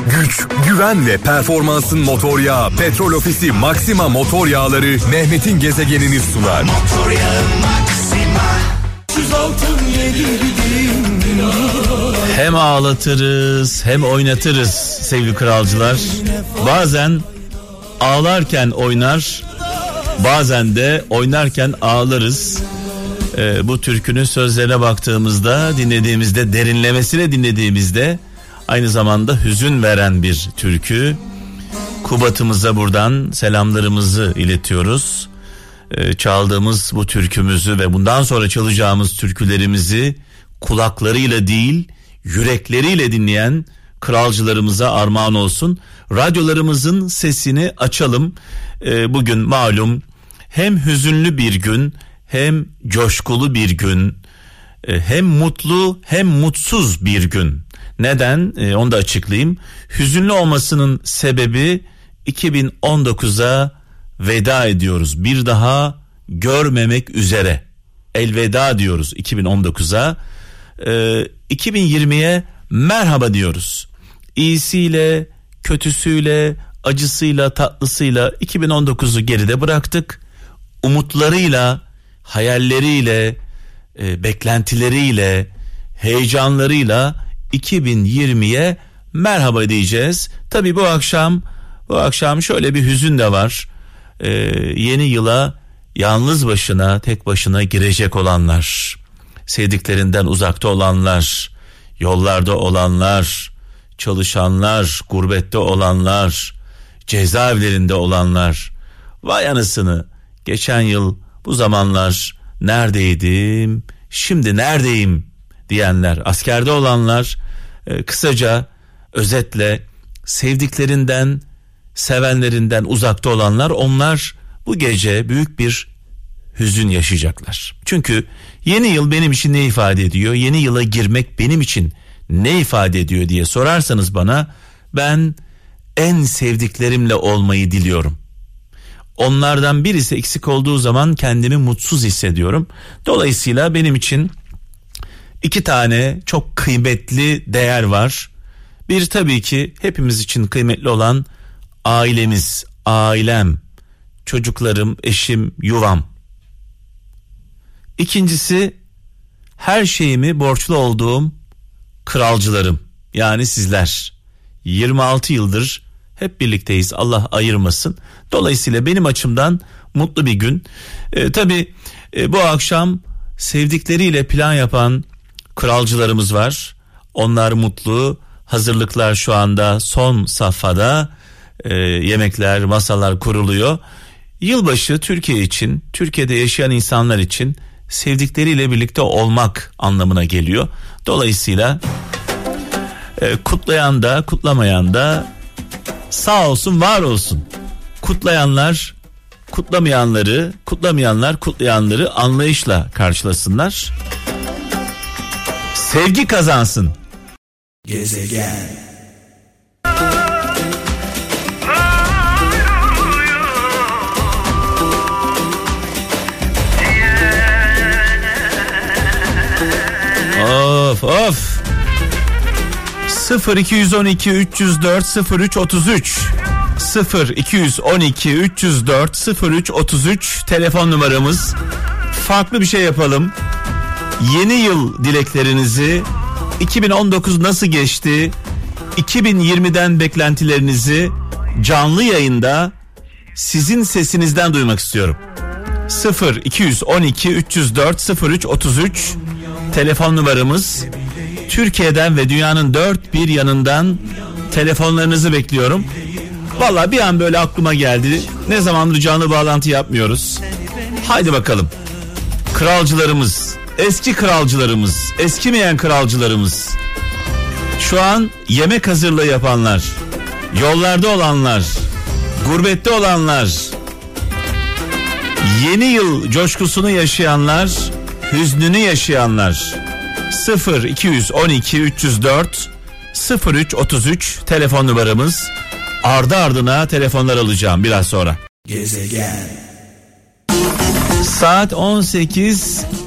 Güç, güven ve performansın motor yağı Petrol Ofisi Maxima motor yağları Mehmet'in gezegenini sunar. Motor yağı Maxima. Hem ağlatırız hem oynatırız sevgili kralcılar. Bazen ağlarken oynar, bazen de oynarken ağlarız. Bu türkünün sözlerine baktığımızda, dinlediğimizde, derinlemesine dinlediğimizde aynı zamanda hüzün veren bir türkü. Kubat'ımıza buradan selamlarımızı iletiyoruz. Çaldığımız bu türkümüzü ve bundan sonra çalacağımız türkülerimizi kulaklarıyla değil, yürekleriyle dinleyen kralcılarımıza armağan olsun. Radyolarımızın sesini açalım. Bugün malum hem hüzünlü bir gün, hem coşkulu bir gün, hem mutlu hem mutsuz bir gün. Neden? Onu da açıklayayım. Hüzünlü olmasının sebebi 2019'a veda ediyoruz. Bir daha görmemek üzere. Elveda diyoruz 2019'a. 2020'ye merhaba diyoruz. İyisiyle, kötüsüyle, acısıyla, tatlısıyla 2019'u geride bıraktık. Umutlarıyla, hayalleriyle, beklentileriyle, heyecanlarıyla 2020'ye merhaba diyeceğiz. Tabii bu akşam şöyle bir hüzün de var. Yeni yıla yalnız başına, tek başına girecek olanlar, sevdiklerinden uzakta olanlar, yollarda olanlar, çalışanlar, gurbette olanlar, cezaevlerinde olanlar. Vay anasını, geçen yıl bu zamanlar neredeydim, şimdi neredeyim diyenler, askerde olanlar, kısaca özetle sevdiklerinden, sevenlerinden uzakta olanlar, onlar bu gece büyük bir hüzün yaşayacaklar. Çünkü yeni yıl benim için ne ifade ediyor? Yeni yıla girmek benim için ne ifade ediyor diye sorarsanız bana, ben en sevdiklerimle olmayı diliyorum. Onlardan birisi eksik olduğu zaman kendimi mutsuz hissediyorum. Dolayısıyla benim için 2 tane çok kıymetli değer var. Bir, tabii ki hepimiz için kıymetli olan ailemiz, ailem, çocuklarım, eşim, yuvam. İkincisi, her şeyimi borçlu olduğum kralcılarım, yani sizler. 26 yıldır hep birlikteyiz, Allah ayırmasın. Dolayısıyla benim açımdan mutlu bir gün. Tabii bu akşam sevdikleriyle plan yapan kralcılarımız var. Onlar mutlu. Hazırlıklar şu anda son safhada. Yemekler, masalar kuruluyor. Yılbaşı Türkiye için, Türkiye'de yaşayan insanlar için sevdikleriyle birlikte olmak anlamına geliyor. Dolayısıyla kutlayan da kutlamayan da sağ olsun, var olsun. Kutlayanlar kutlamayanları, kutlamayanlar kutlayanları anlayışla karşılasınlar. Sevgi kazansın. Gezegen. Of. 0212 304 0333 0212 304 0333 telefon numaramız. Farklı bir şey yapalım. Yeni yıl dileklerinizi, 2019 nasıl geçti, 2020'den beklentilerinizi canlı yayında sizin sesinizden duymak istiyorum. 0212 304 0333 telefon numaramız. Türkiye'den ve dünyanın dört bir yanından telefonlarınızı bekliyorum. Vallahi bir an böyle aklıma geldi. Ne zamandır canlı bağlantı yapmıyoruz. Haydi bakalım. Kralcılarımız, eski kralcılarımız, eskimeyen kralcılarımız. Şu an yemek hazırlığı yapanlar, yollarda olanlar, gurbette olanlar, yeni yıl coşkusunu yaşayanlar, hüznünü yaşayanlar. 0212 304 0333 telefon numaramız. Ardı ardına telefonlar alacağım biraz sonra. Gezegen. Saat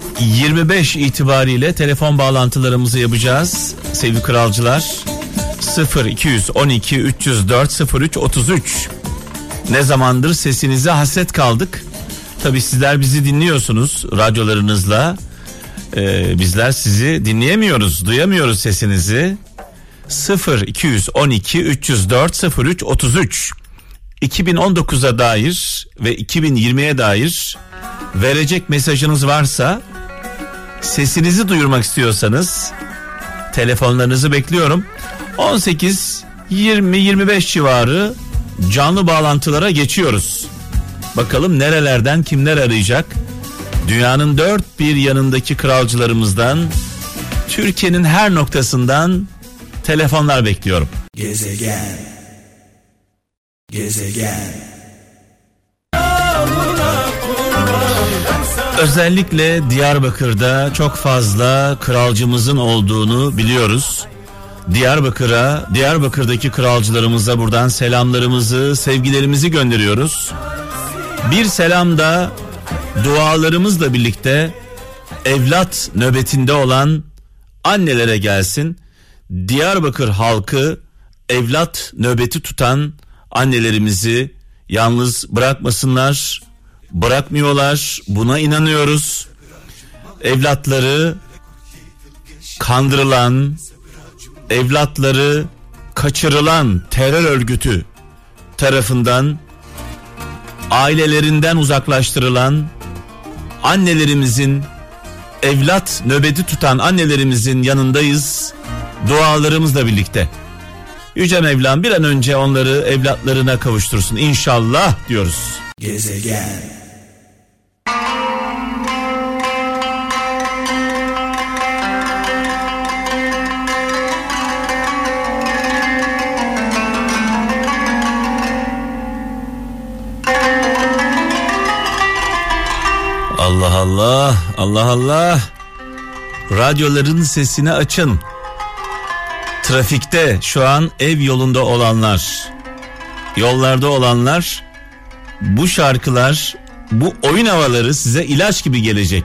18.25 itibariyle telefon bağlantılarımızı yapacağız sevgili kralcılar. 0212 304 03 33. Ne zamandır sesinize hasret kaldık. Tabii sizler bizi dinliyorsunuz radyolarınızla. Bizler sizi dinleyemiyoruz, duyamıyoruz sesinizi. 0212 304 03 33. 2019'a dair ve 2020'ye dair verecek mesajınız varsa, sesinizi duyurmak istiyorsanız telefonlarınızı bekliyorum. 18 20 25 civarı canlı bağlantılara geçiyoruz. Bakalım nerelerden kimler arayacak? Dünyanın dört bir yanındaki kralcılarımızdan, Türkiye'nin her noktasından telefonlar bekliyorum. Gezegen. Özellikle Diyarbakır'da çok fazla kralcımızın olduğunu biliyoruz. Diyarbakır'daki kralcılarımıza buradan selamlarımızı, sevgilerimizi gönderiyoruz. Bir selam da dualarımızla birlikte evlat nöbetinde olan annelere gelsin. Diyarbakır halkı evlat nöbeti tutan annelerimizi yalnız bırakmasınlar. Bırakmıyorlar. Buna inanıyoruz. Evlatları kandırılan, evlatları kaçırılan terör örgütü tarafından ailelerinden uzaklaştırılan annelerimizin, evlat nöbeti tutan annelerimizin yanındayız. Dualarımızla birlikte. Yüce Mevlam bir an önce onları evlatlarına kavuştursun İnşallah diyoruz. Gezegen. Allah Allah, Allah Allah. Radyoların sesini açın. Trafikte şu an ev yolunda olanlar, yollarda olanlar, bu şarkılar, bu oyun havaları size ilaç gibi gelecek.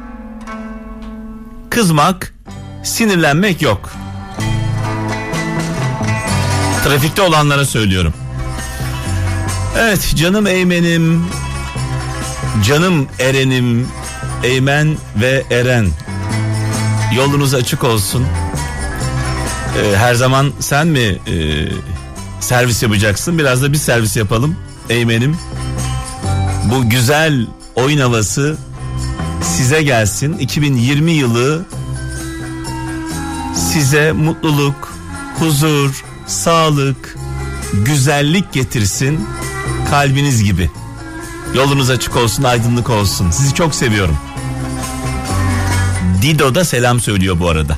Kızmak, sinirlenmek yok. Trafikte olanlara söylüyorum. Evet, canım Eymen'im, canım Eren'im, Eymen ve Eren, yolunuz açık olsun. Her zaman sen mi servis yapacaksın? Biraz da biz servis yapalım Eymen'im. Bu güzel oyun havası size gelsin. 2020 yılı size mutluluk, huzur, sağlık, güzellik getirsin, kalbiniz gibi. Yolunuz açık olsun, aydınlık olsun. Sizi çok seviyorum. Dido da selam söylüyor bu arada.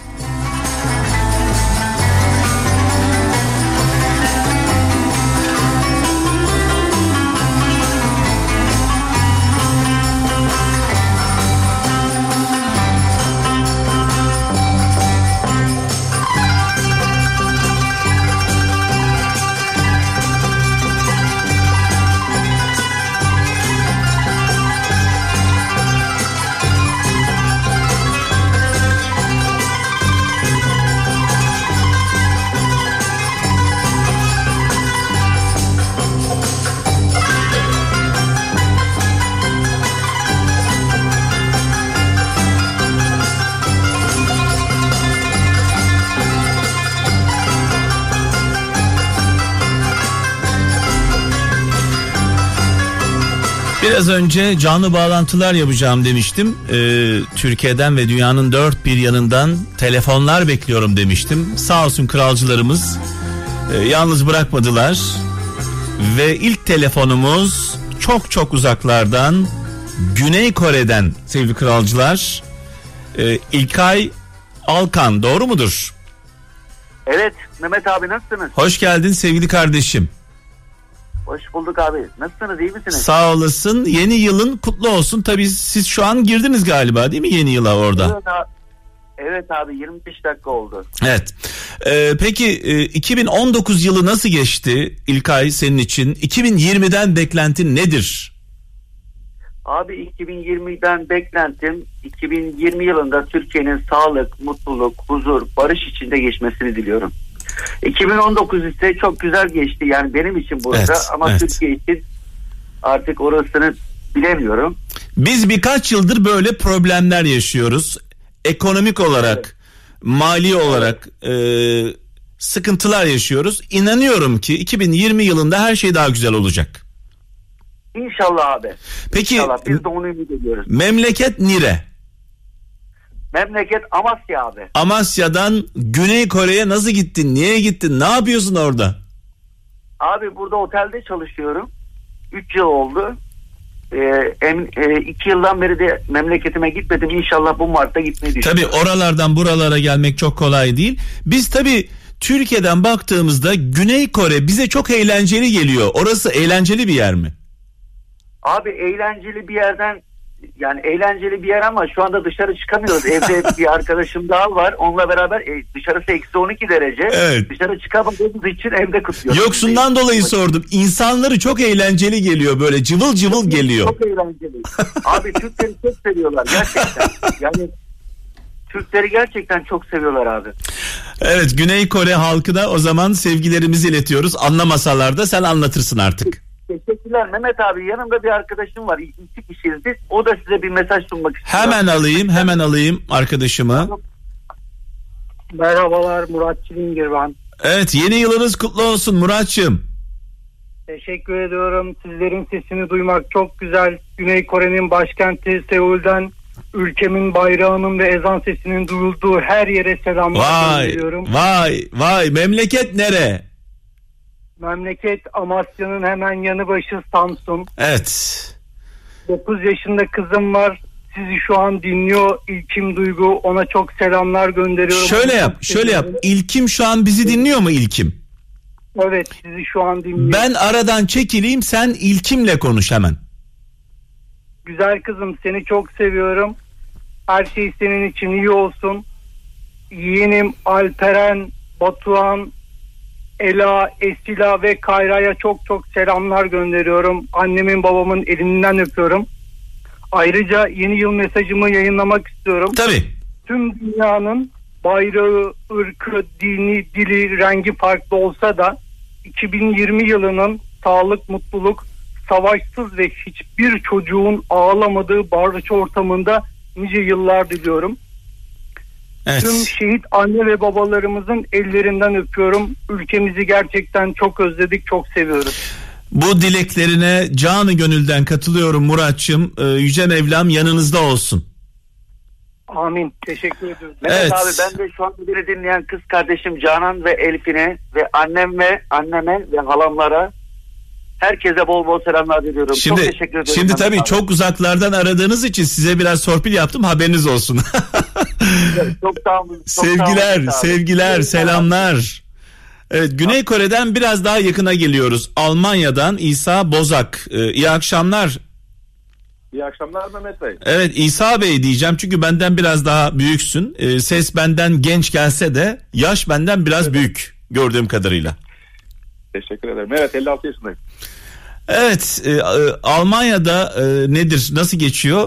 Biraz önce canlı bağlantılar yapacağım demiştim. Türkiye'den ve dünyanın dört bir yanından telefonlar bekliyorum demiştim. Sağ olsun kralcılarımız yalnız bırakmadılar. Ve ilk telefonumuz çok uzaklardan, Güney Kore'den sevgili kralcılar. İlkay Alkan, doğru mudur? Evet Mehmet abi, nasılsınız? Hoş geldin sevgili kardeşim. Hoş bulduk abi. Nasılsınız, iyi misiniz? Sağ olasın. Yeni yılın kutlu olsun. Tabii siz şu an girdiniz galiba değil mi yeni yıla orada? Evet abi 25 dakika oldu. Evet. Peki 2019 yılı nasıl geçti İlkay senin için? 2020'den beklentin nedir? Abi 2020'den beklentim 2020 yılında Türkiye'nin sağlık, mutluluk, huzur, barış içinde geçmesini diliyorum. 2019 ise çok güzel geçti. Yani benim için burada Evet, ama evet. Türkiye için artık orasını bilemiyorum. Biz birkaç yıldır böyle problemler yaşıyoruz. Ekonomik olarak, mali olarak sıkıntılar yaşıyoruz. İnanıyorum ki 2020 yılında her şey daha güzel olacak. İnşallah abi. Peki İnşallah biz de onu ümit ediyoruz. memleket nere? Memleket Amasya abi. Amasya'dan Güney Kore'ye nasıl gittin? Niye gittin? Ne yapıyorsun orada? Abi burada otelde çalışıyorum. 3 yıl oldu. 2 yıldan beri de memleketime gitmedim. İnşallah bu Mart'ta gitmeyi düşünüyorum. Tabii oralardan buralara gelmek çok kolay değil. Biz tabii Türkiye'den baktığımızda Güney Kore bize çok eğlenceli geliyor. Orası eğlenceli bir yer mi? Abi eğlenceli bir yerden, yani eğlenceli bir yer ama şu anda dışarı çıkamıyoruz. Evde bir arkadaşım daha var. Onunla beraber dışarısı eksi 12 derece. Evet. Dışarı çıkamadığımız için evde kutluyoruz. Yok, şundan dolayı sordum. İnsanları çok eğlenceli geliyor, böyle cıvıl cıvıl geliyor. Çok eğlenceli. Abi Türkleri çok seviyorlar gerçekten. Yani Türkleri gerçekten çok seviyorlar abi. Evet, Güney Kore halkına o zaman sevgilerimizi iletiyoruz. Anlamasalar da sen anlatırsın artık. Teşekkürler Mehmet abi. Yanımda bir arkadaşım var. 2 kişiyiz biz. O da size bir mesaj sunmak istiyor. Hemen alayım arkadaşımı. Merhabalar, Murat Çilingir ben. Evet, yeni yılınız kutlu olsun Muratçığım. Teşekkür ediyorum. Sizlerin sesini duymak çok güzel. Güney Kore'nin başkenti Seul'den ülkemin bayrağının ve ezan sesinin duyulduğu her yere selamlar gönderiyorum. Vay, memleket nere? Memleket Amasya'nın hemen yanı başı Samsun. Evet. 9 yaşında kızım var. Sizi şu an dinliyor. İlkim Duygu, ona çok selamlar gönderiyorum. Şöyle yap. İlkim şu an bizi dinliyor mu İlkim? Evet, sizi şu an dinliyor. Ben aradan çekileyim, sen İlkim'le konuş hemen. Güzel kızım, seni çok seviyorum. Her şey senin için iyi olsun. Yeğenim Alperen, Batuhan, Ela, Esila ve Kayra'ya çok selamlar gönderiyorum. Annemin babamın elinden öpüyorum. Ayrıca yeni yıl mesajımı yayınlamak istiyorum. Tabii. Tüm dünyanın bayrağı, ırkı, dini, dili, rengi farklı olsa da 2020 yılının sağlık, mutluluk, savaşsız ve hiçbir çocuğun ağlamadığı barış ortamında nice yıllar diliyorum. Evet. Tüm şehit anne ve babalarımızın ellerinden öpüyorum. Ülkemizi gerçekten çok özledik, çok seviyoruz. Bu dileklerine canı gönülden katılıyorum Muratçığım. Yüce Mevlam yanınızda olsun. Amin. Teşekkür ediyorum. Mehmet Evet. abi, ben de şu an beni dinleyen kız kardeşim Canan ve Elif'ine ve anneme ve halamlara, herkese bol bol selamlar diliyorum. Çok teşekkür ediyorum. Şimdi tabii abi. çok uzaklardan aradığınız için size biraz torpil yaptım, haberiniz olsun. Çok sağ olun. Sevgiler, selamlar. Evet, Güney Kore'den biraz daha yakına geliyoruz. Almanya'dan İsa Bozak. İyi akşamlar. İyi akşamlar Mehmet Bey. Evet, İsa Bey diyeceğim çünkü benden biraz daha büyüksün. Ses benden genç gelse de yaş benden biraz büyük gördüğüm kadarıyla. Teşekkür ederim. Evet, 56 yaşındayım. Evet, Almanya'da nedir, nasıl geçiyor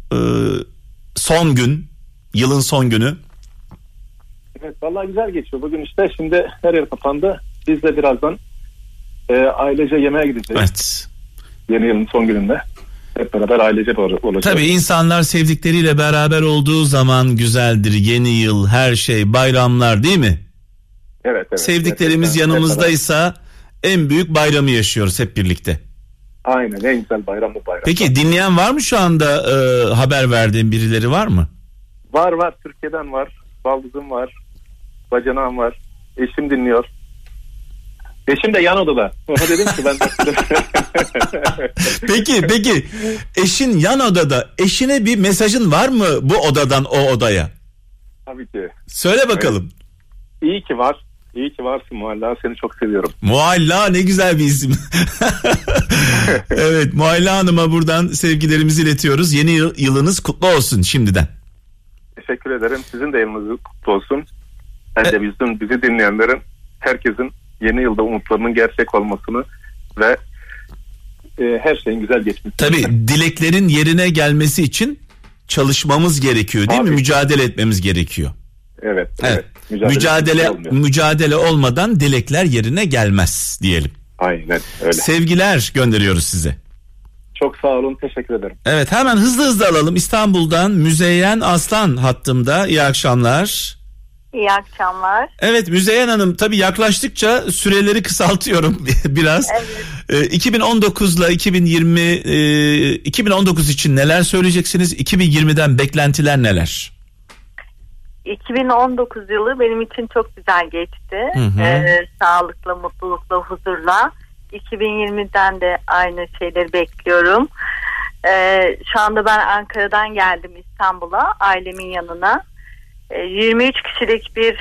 son gün, yılın son günü? Evet, vallahi güzel geçiyor. Bugün işte şimdi her yer kapandı. Biz de birazdan ailece yemeğe gideceğiz. Evet. Yeni yılın son gününde. Hep beraber ailece olacağız. Tabii insanlar sevdikleriyle beraber olduğu zaman güzeldir. Yeni yıl, her şey, bayramlar, değil mi? Evet. Sevdiklerimiz Gerçekten yanımızdaysa en büyük bayramı yaşıyoruz hep birlikte. Aynen, en güzel bayram bu bayram. Peki dinleyen var mı şu anda, haber verdiğin birileri var mı? Var. Türkiye'den var. Baldızım var. Bacanağım var. Eşim dinliyor. Eşim de yan odada. Ona dedim ki ben Peki eşin yan odada, eşine bir mesajın var mı bu odadan o odaya? Tabii ki. Söyle bakalım. Evet. İyi ki var. İyi ki varsın Mualla. Seni çok seviyorum. Mualla, ne güzel bir isim. Evet, Mualla Hanım'a buradan sevgilerimizi iletiyoruz. Yeni yılınız kutlu olsun şimdiden. Teşekkür ederim. Sizin de yılınız kutlu olsun. Ben de bizi dinleyenlerin, herkesin yeni yılda umutlarının gerçek olmasını ve her şeyin güzel geçmesini. Tabii dileklerin yerine gelmesi için çalışmamız gerekiyor, değil mi? Mücadele etmemiz gerekiyor. Evet. Mücadele olmadan dilekler yerine gelmez diyelim. Aynen öyle. Sevgiler gönderiyoruz size. Çok sağ olun, teşekkür ederim. Evet, hemen hızlı alalım. İstanbul'dan Müzeyyen Aslan hattımda. İyi akşamlar. İyi akşamlar. Evet Müzeyyen Hanım, tabii yaklaştıkça süreleri kısaltıyorum biraz. Evet. 2019 ile 2019 için neler söyleyeceksiniz? 2020'den beklentiler neler? 2019 yılı benim için çok güzel geçti. Sağlıkla, mutlulukla, huzurla. 2020'den de aynı şeyleri bekliyorum. Şu anda ben Ankara'dan geldim İstanbul'a, ailemin yanına. 23 kişilik bir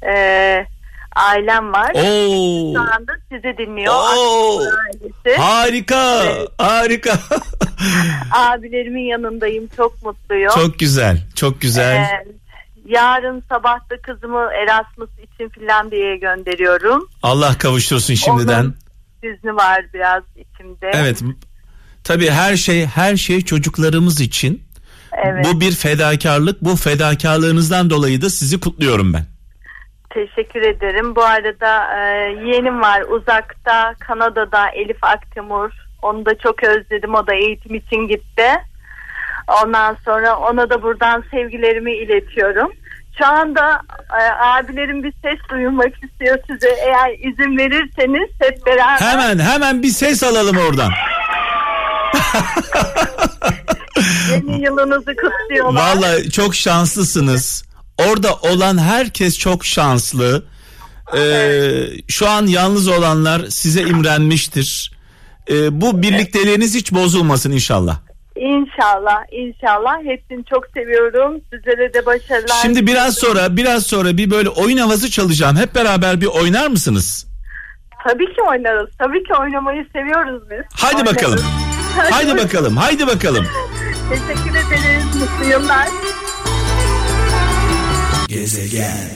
ailem var. Oo. Şu anda sizi dinliyor. Harika, evet. Harika. Abilerimin yanındayım, çok mutluyum. Çok güzel, çok güzel. Yarın sabah da kızımı Erasmus için Finlandiya'ya gönderiyorum. Allah kavuştursun şimdiden. Onun hüznü var biraz içimde. Evet. Tabii her şey çocuklarımız için. Evet. Bu bir fedakarlık. Bu fedakarlığınızdan dolayı da sizi kutluyorum ben. Teşekkür ederim. Bu arada yeğenim var uzakta, Kanada'da, Elif Aktemur. Onu da çok özledim. O da eğitim için gitti. Ondan sonra ona da buradan sevgilerimi iletiyorum. Şu anda abilerim bir ses duyurmak istiyor size. Eğer izin verirseniz hep beraber. Hemen bir ses alalım oradan. Yeni yılınızı kutluyorlar. Vallahi çok şanslısınız. Orada olan herkes çok şanslı. Şu an yalnız olanlar size imrenmiştir. Bu birlikteliğiniz hiç bozulmasın inşallah. İnşallah. Hepsini çok seviyorum. Sizlere de başarılar. Şimdi biraz sonra bir böyle oyun havası çalacağım. Hep beraber bir oynar mısınız? Tabii ki oynarız. Tabii ki oynamayı seviyoruz biz. Haydi bakalım. Haydi bakalım. Teşekkür ederiz. Mutlu yıllar. Gezegen.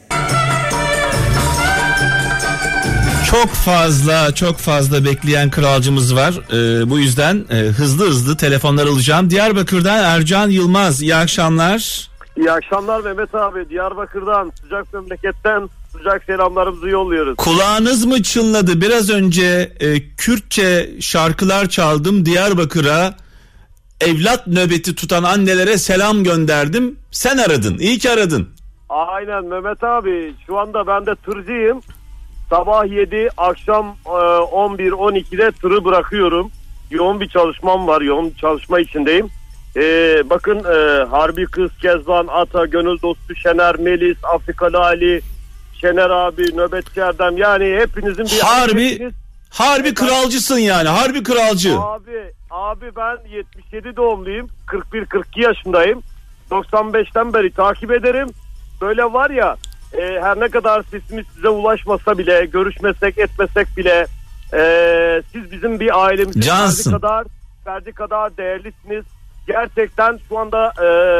Çok fazla bekleyen kralcımız var. Bu yüzden hızlı telefonlar alacağım. Diyarbakır'dan Ercan Yılmaz. İyi akşamlar. İyi akşamlar Mehmet abi. Diyarbakır'dan, sıcak memleketten sıcak selamlarımızı yolluyoruz. Kulağınız mı çınladı? Biraz önce Kürtçe şarkılar çaldım. Diyarbakır'a evlat nöbeti tutan annelere selam gönderdim. Sen aradın. İyi ki aradın. Aynen Mehmet abi. Şu anda ben de tırcıyım. Sabah 7, akşam 11-12'de tırı bırakıyorum. Yoğun bir çalışmam var. Yoğun çalışma içindeyim. Bakın Harbi Kız, Kezban, Ata, Gönül Dostu, Şener, Melis, Afrikalı Ali, Şener abi, Nöbetçi Erdem. Yani hepinizin bir... Harbi kralcısın yani. Harbi kralcı. Abi ben 77 doğumluyum. 41-42 yaşındayım. 95'ten beri takip ederim. Böyle var ya, her ne kadar sesimiz size ulaşmasa bile, görüşmesek etmesek bile siz bizim bir ailemizin ferdi kadar değerlisiniz. Gerçekten şu anda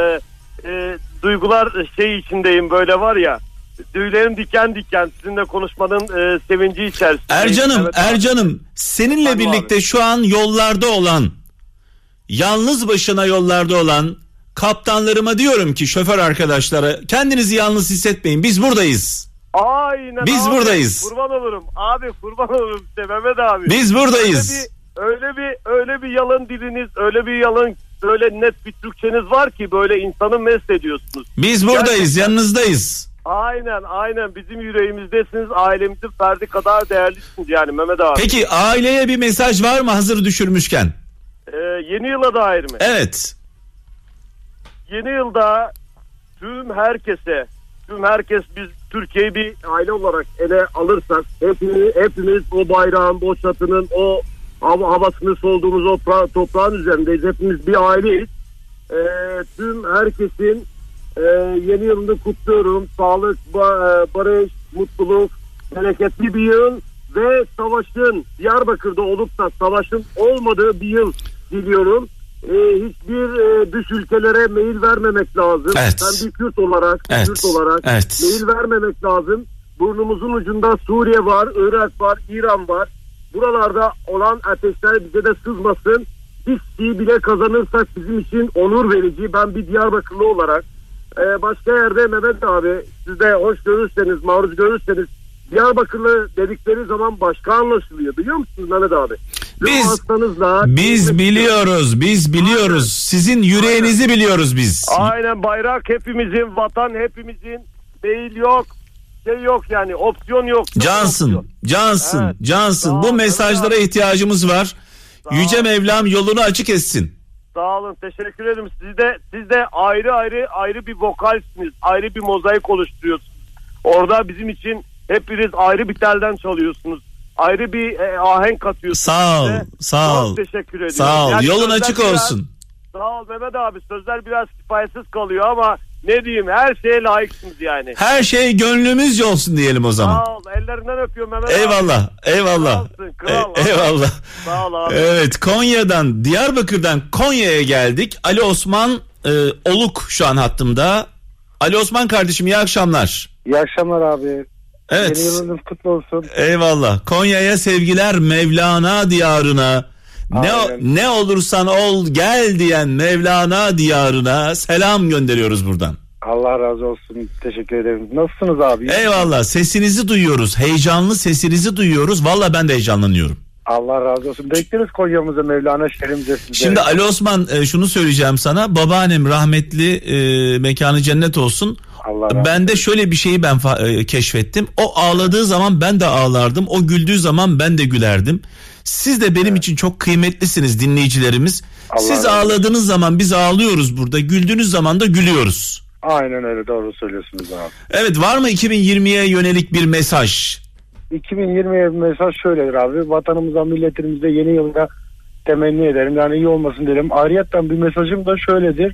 duygular içindeyim, böyle var ya, tüylerim diken diken sizinle konuşmanın sevinci içerisinde. Ercanım seninle birlikte abi, şu an yollarda olan, yalnız başına yollarda olan kaptanlarıma diyorum ki, şoför arkadaşlara, kendinizi yalnız hissetmeyin, biz buradayız. Aynen. Biz abi, buradayız. Kurban olurum size Mehmet abi. Biz buradayız. Öyle bir yalın diliniz, öyle bir yalın, böyle net bir Türkçeniz var ki böyle insanı mest ediyorsunuz. Biz buradayız, gerçekten yanınızdayız. Aynen bizim yüreğimizdesiniz, ailemizin ferdi kadar değerlisiniz yani Mehmet abi. Peki aileye bir mesaj var mı hazır düşürmüşken? Yeni yıla dair mi? Evet. Yeni yılda tüm herkes biz Türkiye'yi bir aile olarak ele alırsak, hepimiz o bayrağın, o çatının, o havasını solduğumuz o toprağın üzerindeyiz. Hepimiz bir aileyiz. Tüm herkesin yeni yılını kutluyorum. Sağlık, barış, mutluluk, bereketli bir yıl ve savaşın Diyarbakır'da olup da savaşın olmadığı bir yıl diliyorum. Hiçbir dış ülkelere meyil vermemek lazım. Evet. Ben bir Kürt olarak evet, meyil vermemek lazım. Burnumuzun ucunda Suriye var, Irak var, İran var. Buralarda olan ateşler bize de sızmasın. Biz bile kazanırsak bizim için onur verici. Ben bir Diyarbakırlı olarak başka yerde Mehmet abi siz de hoş görürseniz, maruz görürseniz Diyarbakırlı dedikleri zaman başka anlaşılıyor, biliyor musunuz Mehmet abi? Biz biliyoruz. Sizin yüreğinizi biliyoruz biz. Aynen, bayrak hepimizin, vatan hepimizin, değil yok. Şey yok yani, opsiyon yok. Cansın. Bu mesajlara ihtiyacımız var. Yüce Mevlam yolunu açık etsin. Sağ olun, teşekkür ederim. Siz de ayrı bir vokalsiniz. Ayrı bir mozaik oluşturuyorsunuz. Orada bizim için hepiniz ayrı bir telden çalıyorsunuz. Ayrı bir ahenk katıyorsunuz. Sağ ol. Çok teşekkür ediyorum. Sağ ol. Yani yolun açık olsun. Sağ ol Mehmet abi. Sözler biraz kifayetsiz kalıyor ama ne diyeyim, her şeye layıksınız yani. Her şey gönlümüzce olsun diyelim o zaman. Sağ ol. Ellerinden öpüyorum Mehmet Eyvallah. abi. Eyvallah. Eyvallah. Sağ ol abi. Evet, Diyarbakır'dan Konya'ya geldik. Ali Osman Oluk şu an hattımda. Ali Osman kardeşim, iyi akşamlar. İyi akşamlar abi. Evet. Yeni yılınız kutlu olsun. Eyvallah. Konya'ya sevgiler, Mevlana diyarına. Ne olursan ol gel diyen Mevlana diyarına selam gönderiyoruz buradan. Allah razı olsun. Teşekkür ederim. Nasılsınız abi? Eyvallah. Sesinizi duyuyoruz. Heyecanlı sesinizi duyuyoruz. Vallahi ben de heyecanlanıyorum. Allah razı olsun. Bekleriz Konya'mıza, Mevlana şehrimize size. Şimdi Ali Osman, şunu söyleyeceğim sana. Babaannem rahmetli, mekanı cennet olsun. Ben de şöyle bir şeyi keşfettim. O ağladığı zaman ben de ağlardım. O güldüğü zaman ben de gülerdim. Siz de benim için çok kıymetlisiniz, dinleyicilerimiz. Siz ağladığınız zaman biz ağlıyoruz burada. Güldüğünüz zaman da gülüyoruz. Aynen öyle, doğru söylüyorsunuz abi. Evet, var mı 2020'ye yönelik bir mesaj? 2020'ye mesaj şöyledir abi. Vatanımıza, milletimize yeni yılda temenni ederim. Yani iyi olmasın derim. Ayrıyeten bir mesajım da şöyledir.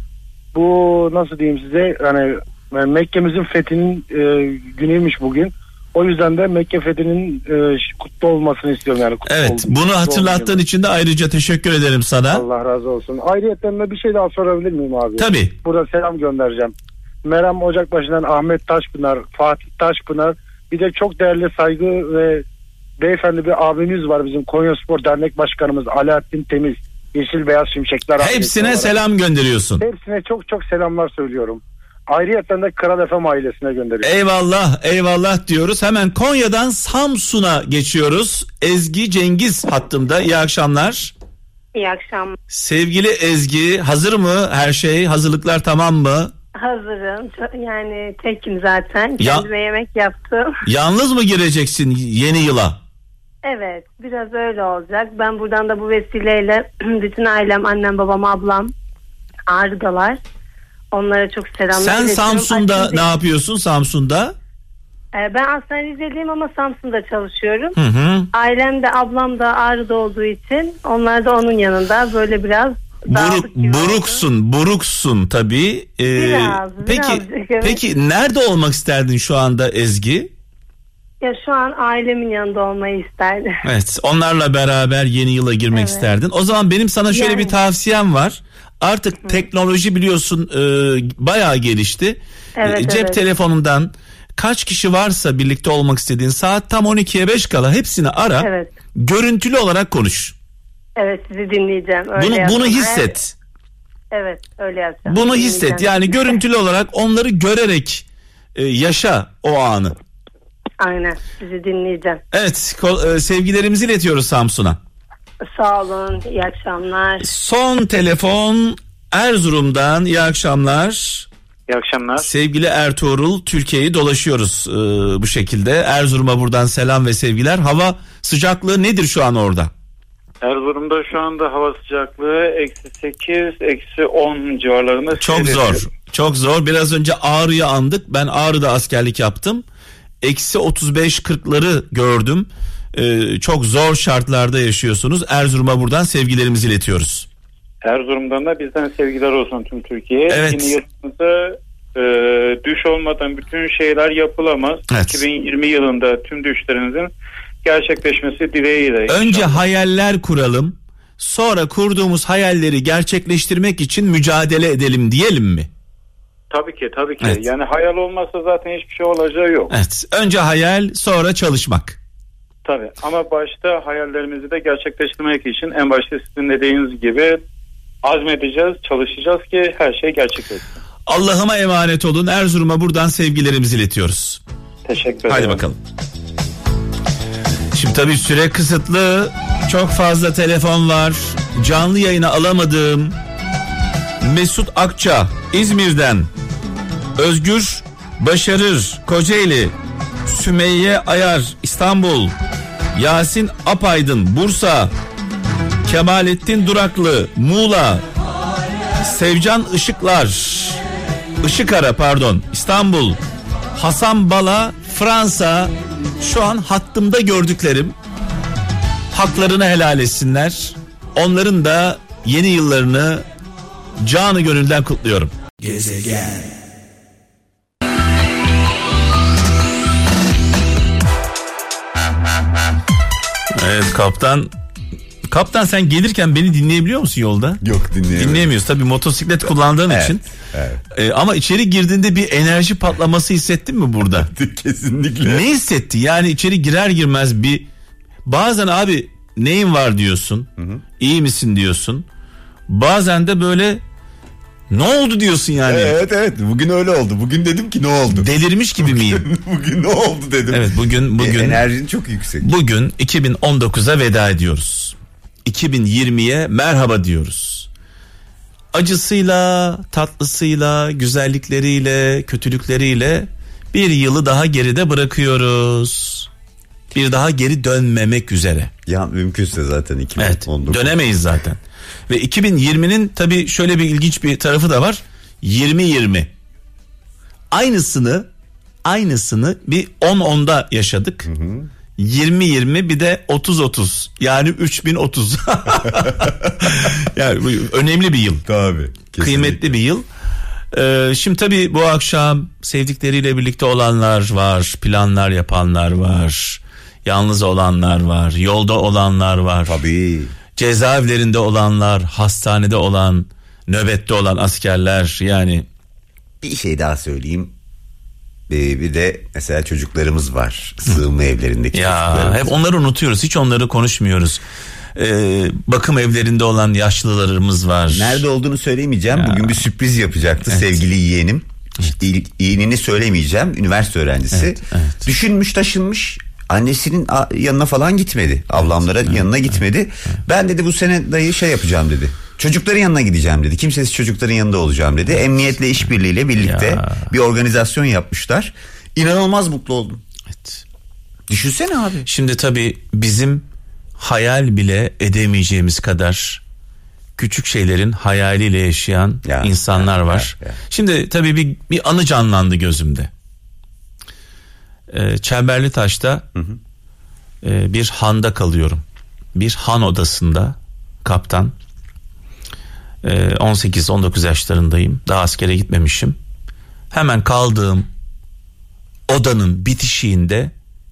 Bu nasıl diyeyim size, yani Mekke'mizin fethinin günüymüş bugün. O yüzden de Mekke fethinin kutlu olmasını istiyorum yani. Evet, bunu hatırlattığın için de ayrıca teşekkür ederim sana. Allah razı olsun. Ayrıyeten de bir şey daha sorabilir miyim abi? Tabii. Burada selam göndereceğim. Meram Ocakbaşı'ndan Ahmet Taşpınar, Fatih Taşpınar, bir de çok değerli, saygı ve beyefendi bir abimiz var, bizim Konyaspor Dernek Başkanımız Alaaddin Temiz, Yeşil Beyaz Şimşekler. Hepsine selam gönderiyorsun. Hepsine çok çok selamlar söylüyorum. Ayrıyeten de Kral FM ailesine gönderiyorum. Eyvallah diyoruz. Hemen Konya'dan Samsun'a geçiyoruz. Ezgi Cengiz hattımda. İyi akşamlar. İyi akşamlar. Sevgili Ezgi, hazır mı her şey? Hazırlıklar tamam mı? Hazırım. Yani tekim zaten. Kendime yemek yaptım. Yalnız mı gireceksin yeni yıla? Evet, biraz öyle olacak. Ben buradan da bu vesileyle bütün ailem, annem, babam, ablam Ağrı'dalar. Onlara çok selamlar. Sen Samsun'da ne yapıyorsun Samsun'da? Ben aslında Rizeliyim ama Samsun'da çalışıyorum. Hı. Ailem de, ablam da Ağrı'da olduğu için onlar da onun yanında, böyle biraz buruksun tabii. Peki nerede olmak isterdin şu anda Ezgi? Ya şu an ailemin yanında olmayı isterdim. Evet, onlarla beraber yeni yıla girmek isterdin. O zaman benim sana şöyle bir tavsiyem var. Artık teknoloji biliyorsun bayağı gelişti. Cep telefonundan kaç kişi varsa birlikte olmak istediğin, saat tam 12'ye 5 kala hepsini ara. Evet. Görüntülü olarak konuş. Evet, sizi dinleyeceğim. Bunu hisset. Evet, öyle yapacağım. Bunu hisset. Yani görüntülü olarak onları görerek yaşa o anı. Aynen, sizi dinleyeceğim. Evet, sevgilerimizi iletiyoruz Samsun'a. Sağ olun, iyi akşamlar. Son telefon Erzurum'dan, iyi akşamlar. İyi akşamlar. Sevgili Ertuğrul, Türkiye'yi dolaşıyoruz bu şekilde. Erzurum'a buradan selam ve sevgiler. Hava sıcaklığı nedir şu an orada? Erzurum'da şu anda hava sıcaklığı -8, -10 civarlarında. Çok zor. Biraz önce Ağrı'yı andık. Ben Ağrı'da askerlik yaptım. -35-40'ları gördüm. Çok zor şartlarda yaşıyorsunuz. Erzurum'a buradan sevgilerimizi iletiyoruz. Erzurum'dan da bizden sevgiler olsun tüm Türkiye'ye. Evet. Yeni yılımızda düş olmadan bütün şeyler yapılamaz. Evet. 2020 yılında tüm düşlerinizin gerçekleşmesi dileğiyle. Önce hayaller kuralım. Sonra kurduğumuz hayalleri gerçekleştirmek için mücadele edelim diyelim mi? Tabii ki. Evet. Yani hayal olmazsa zaten hiçbir şey olacağı yok. Evet. Önce hayal, sonra çalışmak. Tabii, ama başta hayallerimizi de gerçekleştirmek için en başta sizin dediğiniz gibi azmedeceğiz, çalışacağız ki her şey gerçekleşsin. Allah'ıma emanet olun. Erzurum'a buradan sevgilerimizi iletiyoruz. Teşekkür ederim. Hadi bakalım. Şimdi tabii süre kısıtlı. Çok fazla telefon var. Canlı yayına alamadığım Mesut Akça İzmir'den, Özgür Başarır Kocaeli, Sümeyye Ayar İstanbul, Yasin Apaydın Bursa, Kemalettin Duraklı Muğla, Sevcan Işıkara İstanbul, Hasan Bala Fransa. Şu an hattımda gördüklerim, haklarını helal etsinler. Onların da yeni yıllarını canı gönülden kutluyorum. Gezegen. Evet Kaptan sen gelirken beni dinleyebiliyor musun yolda? Yok, dinleyemiyoruz. Tabii motosiklet kullandığın için. Evet. Ama içeri girdiğinde bir enerji patlaması hissettin mi burada? Kesinlikle. Ne hissetti? Yani içeri girer girmez bazen abi neyin var diyorsun. Hı. İyi misin diyorsun. Bazen de böyle ne oldu diyorsun yani. Evet bugün öyle oldu. Bugün dedim ki ne oldu? Delirmiş gibi miyim? Bugün ne oldu dedim. Evet bugün enerjin çok yüksek. Bugün 2019'a veda ediyoruz. 2020'ye merhaba diyoruz. Acısıyla, tatlısıyla, güzellikleriyle, kötülükleriyle bir yılı daha geride bırakıyoruz. Bir daha geri dönmemek üzere. Ya mümkünse zaten 2019. Evet, dönemeyiz zaten. Ve 2020'nin tabii şöyle bir ilginç bir tarafı da var. 20-20. Aynısını bir 10-10'da yaşadık. Hı hı. 20-20 bir de 30-30. Yani 3030. Yani önemli bir yıl. Tabii. Kesinlikle. Kıymetli bir yıl. Şimdi tabii bu akşam sevdikleriyle birlikte olanlar var. Planlar yapanlar var. Yalnız olanlar var. Yolda olanlar var. Tabii. Cezaevlerinde olanlar, hastanede olan, nöbette olan askerler yani. Bir şey daha söyleyeyim. Bir de mesela çocuklarımız var. Sığınma evlerindeki çocuklarımız. Hep onları unutuyoruz. Hiç onları konuşmuyoruz. Bakım evlerinde olan yaşlılarımız var. Nerede olduğunu söylemeyeceğim. Bugün bir sürpriz yapacaktı sevgili yeğenim. Yeğenini söylemeyeceğim. Üniversite öğrencisi. Evet. Düşünmüş, taşınmış. Annesinin yanına falan gitmedi. Ablamlara yanına gitmedi. Evet. Ben dedi bu sene dayı yapacağım dedi. Çocukların yanına gideceğim dedi. Kimsesiz çocukların yanında olacağım dedi. Emniyetle işbirliğiyle birlikte bir organizasyon yapmışlar. İnanılmaz mutlu oldum. Evet. Düşünsene abi. Şimdi tabii bizim hayal bile edemeyeceğimiz kadar küçük şeylerin hayaliyle yaşayan insanlar var. Şimdi tabii bir anı canlandı gözümde. Çemberlitaş'ta bir handa kalıyorum. Bir han odasında kaptan. 18-19 yaşlarındayım. Daha askere gitmemişim. Hemen kaldığım odanın bitişiğinde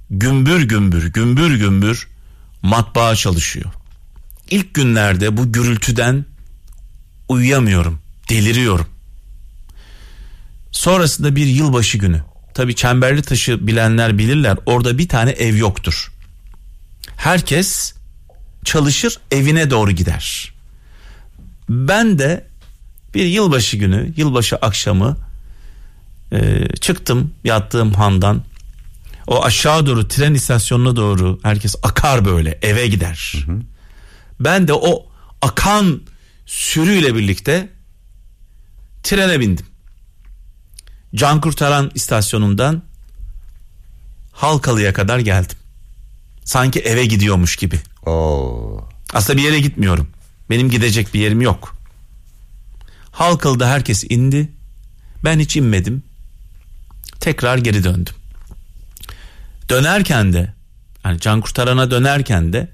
gümbür matbaa çalışıyor. İlk günlerde bu gürültüden uyuyamıyorum. Deliriyorum. Sonrasında bir yılbaşı günü. Tabii Çemberlitaş'ı bilenler bilirler. Orada bir tane ev yoktur. Herkes çalışır, evine doğru gider. Ben de bir yılbaşı günü, yılbaşı akşamı çıktım yattığım handan. O aşağı doğru tren istasyonuna doğru herkes akar böyle eve gider. Hı hı. Ben de o akan sürüyle birlikte trene bindim. Cankurtaran istasyonundan Halkalı'ya kadar geldim. Sanki eve gidiyormuş gibi. Aslında bir yere gitmiyorum. Benim gidecek bir yerim yok. Halkalı'da herkes indi. Ben hiç inmedim. Tekrar geri döndüm. Dönerken de yani Cankurtaran'a dönerken de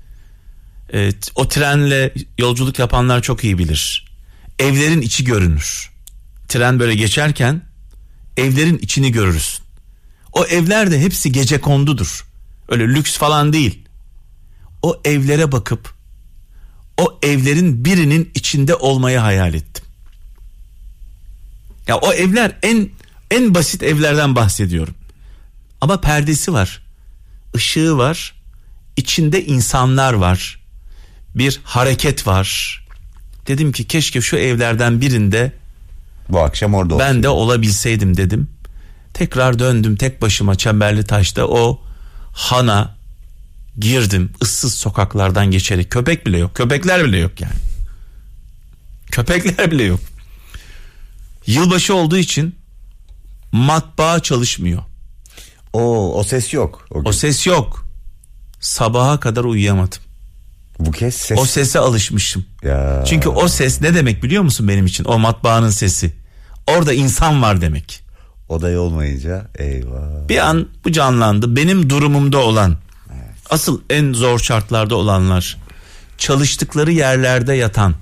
o trenle yolculuk yapanlar çok iyi bilir. Evlerin içi görünür. Tren böyle geçerken evlerin içini görürsün. O evler de hepsi gecekondudur. Öyle lüks falan değil. O evlere bakıp o evlerin birinin içinde olmayı hayal ettim. Ya o evler en basit evlerden bahsediyorum. Ama perdesi var. Işığı var. İçinde insanlar var. Bir hareket var. Dedim ki keşke şu evlerden birinde Bu akşam orada olsun. Ben de olabilseydim dedim. Tekrar döndüm tek başıma Çemberlitaş'ta o hana girdim. Issız sokaklardan geçerek. Köpek bile yok. Köpekler bile yok yani. Köpekler bile yok. Yılbaşı olduğu için matbaa çalışmıyor. O ses yok. O ses yok. Sabaha kadar uyuyamadım. Bu kez ses. O sese alışmışım. Ya. Çünkü o ses ne demek biliyor musun benim için? O matbaanın sesi. Orada insan var demek. Odayı olmayınca eyvah. Bir an bu canlandı. Benim durumumda olan, asıl en zor şartlarda olanlar, çalıştıkları yerlerde yatan,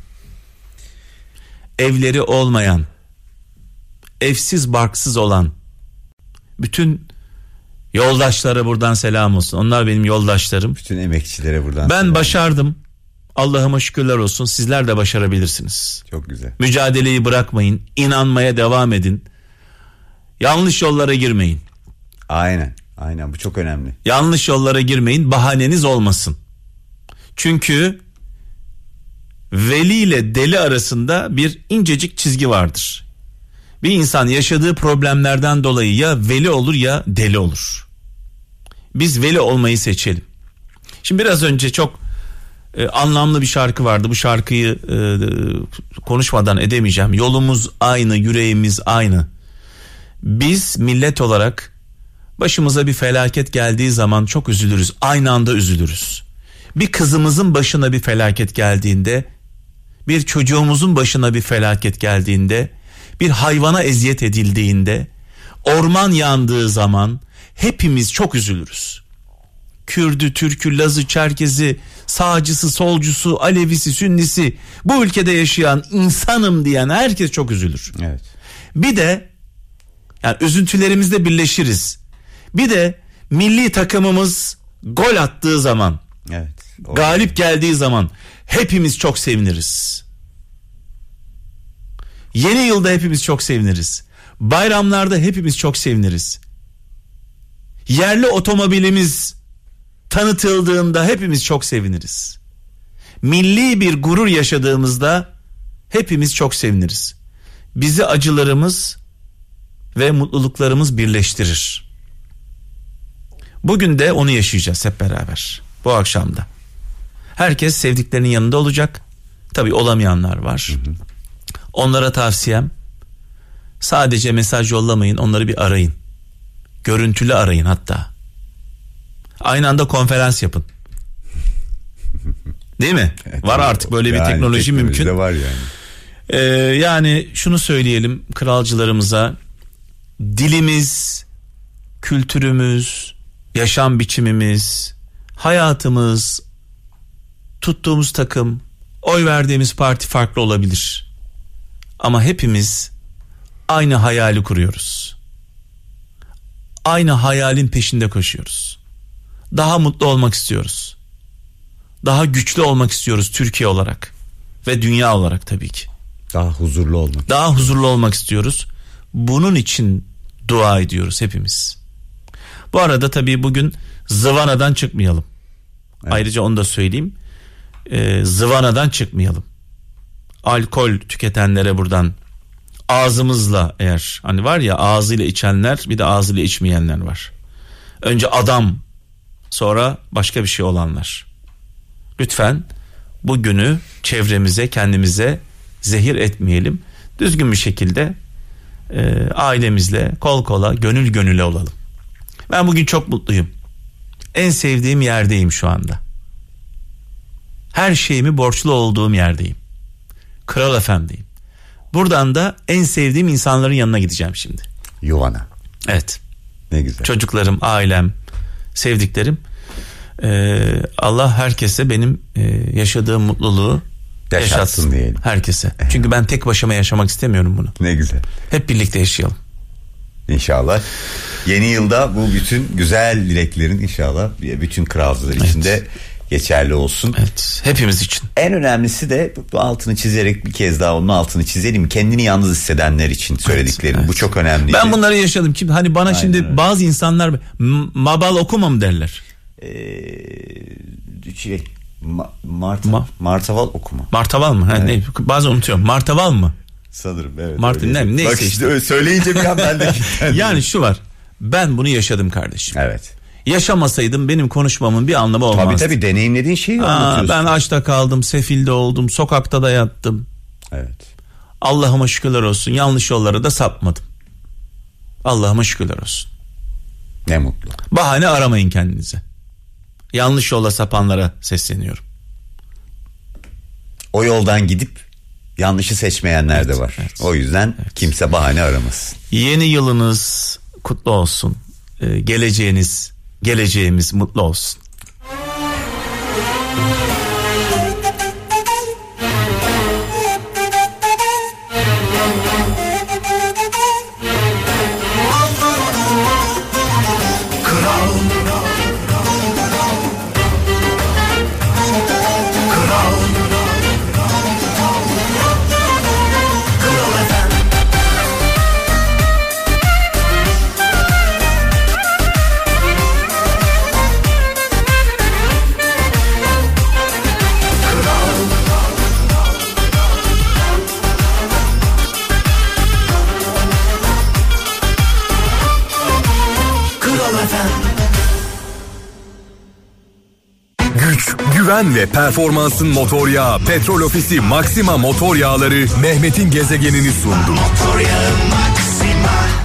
evleri olmayan, evsiz barksız olan bütün yoldaşlara buradan selam olsun. Onlar benim yoldaşlarım. Bütün emekçilere buradan ben selam. Başardım. Allah'ıma şükürler olsun. Sizler de başarabilirsiniz. Çok güzel. Mücadeleyi bırakmayın. İnanmaya devam edin. Yanlış yollara girmeyin. Aynen bu çok önemli. Yanlış yollara girmeyin, bahaneniz olmasın. Çünkü veli ile deli arasında bir incecik çizgi vardır. Bir insan yaşadığı problemlerden dolayı ya veli olur ya deli olur. Biz veli olmayı seçelim. Şimdi biraz önce çok anlamlı bir şarkı vardı. Bu şarkıyı konuşmadan edemeyeceğim. Yolumuz aynı, yüreğimiz aynı. Biz millet olarak başımıza bir felaket geldiği zaman çok üzülürüz. Aynı anda üzülürüz. Bir kızımızın başına bir felaket geldiğinde, bir çocuğumuzun başına bir felaket geldiğinde, bir hayvana eziyet edildiğinde, orman yandığı zaman hepimiz çok üzülürüz. Kürdü, Türkü, Lazı, Çerkezi, sağcısı, solcusu, Alevisi, Sünnisi, bu ülkede yaşayan insanım diyen herkes çok üzülür. Evet. Bir de yani üzüntülerimizde birleşiriz. Bir de milli takımımız gol attığı zaman, evet, galip geldiği zaman hepimiz çok seviniriz. Yeni yılda hepimiz çok seviniriz. Bayramlarda hepimiz çok seviniriz. Yerli otomobilimiz tanıtıldığında hepimiz çok seviniriz. Milli bir gurur yaşadığımızda hepimiz çok seviniriz. Bizi acılarımız ve mutluluklarımız birleştirir. Bugün de onu yaşayacağız hep beraber. Bu akşamda. Herkes sevdiklerinin yanında olacak. Tabii olamayanlar var. Onlara tavsiyem, sadece mesaj yollamayın, onları bir arayın. Görüntülü arayın hatta. Aynı anda konferans yapın. Değil mi? Evet, var artık böyle bir teknoloji mümkün. Var yani. Yani şunu söyleyelim kralcılarımıza: dilimiz, kültürümüz, yaşam biçimimiz, hayatımız, tuttuğumuz takım, oy verdiğimiz parti farklı olabilir. Ama hepimiz aynı hayali kuruyoruz. Aynı hayalin peşinde koşuyoruz. Daha mutlu olmak istiyoruz. Daha güçlü olmak istiyoruz Türkiye olarak ve dünya olarak tabii ki. Daha huzurlu olmak. Daha huzurlu olmak istiyoruz. Bunun için dua ediyoruz hepimiz. Bu arada tabii bugün zıvanadan çıkmayalım. Evet. Ayrıca onu da söyleyeyim. Zıvanadan çıkmayalım. Alkol tüketenlere buradan ağzımızla, eğer hani var ya ağzıyla içenler, bir de ağzıyla içmeyenler var. Önce adam, sonra başka bir şey olanlar. Lütfen bu günü çevremize, kendimize zehir etmeyelim. Düzgün bir şekilde ailemizle kol kola, gönül gönüle olalım. Ben bugün çok mutluyum. En sevdiğim yerdeyim şu anda. Her şeyimi borçlu olduğum yerdeyim. Kral FM'deyim. Buradan da en sevdiğim insanların yanına gideceğim şimdi. Yuvana. Evet. Ne güzel. Çocuklarım, ailem, sevdiklerim. Allah herkese benim yaşadığım mutluluğu yaşatsın diyelim. Herkese. Çünkü ben tek başıma yaşamak istemiyorum bunu. Ne güzel. Hep birlikte yaşayalım. İnşallah. Yeni yılda bu bütün güzel dileklerin inşallah bütün kralcılar için de geçerli olsun. Evet. Hepimiz için. En önemlisi de bu altını çizerek bir kez daha onun altını çizelim. Kendini yalnız hissedenler için söylediklerim. Evet. Bu çok önemli. Ben bunları yaşadım. Hani bana şimdi öyle. Bazı insanlar mabal okumam derler. Martaval okuma. Martaval mı? Evet. Ne? Bazen unutuyorum. Martaval mı? Sanırım evet. Martin ne? Neyse Bak işte söyleyince bir an ben de yani şu var. Ben bunu yaşadım kardeşim. Evet. Yaşamasaydım benim konuşmamın bir anlamı olmazdı. Tabii deneyimlediğin şeyi anlatıyorsun. Ben açta kaldım, sefilde oldum, sokakta da yattım. Evet. Allah'ıma şükürler olsun, yanlış yollara da sapmadım. Allah'ıma şükürler olsun. Ne mutlu. Bahane aramayın kendinize. Yanlış yola sapanlara sesleniyorum. O yoldan gidip yanlışı seçmeyenler de var. Evet. O yüzden kimse bahane aramasın. Yeni yılınız kutlu olsun. Geleceğimiz mutlu olsun. Güven ve performansın motor yağı Petrol Ofisi Maxima motor yağları Mehmet'in gezegenini sundu. Motor yağı Maxima.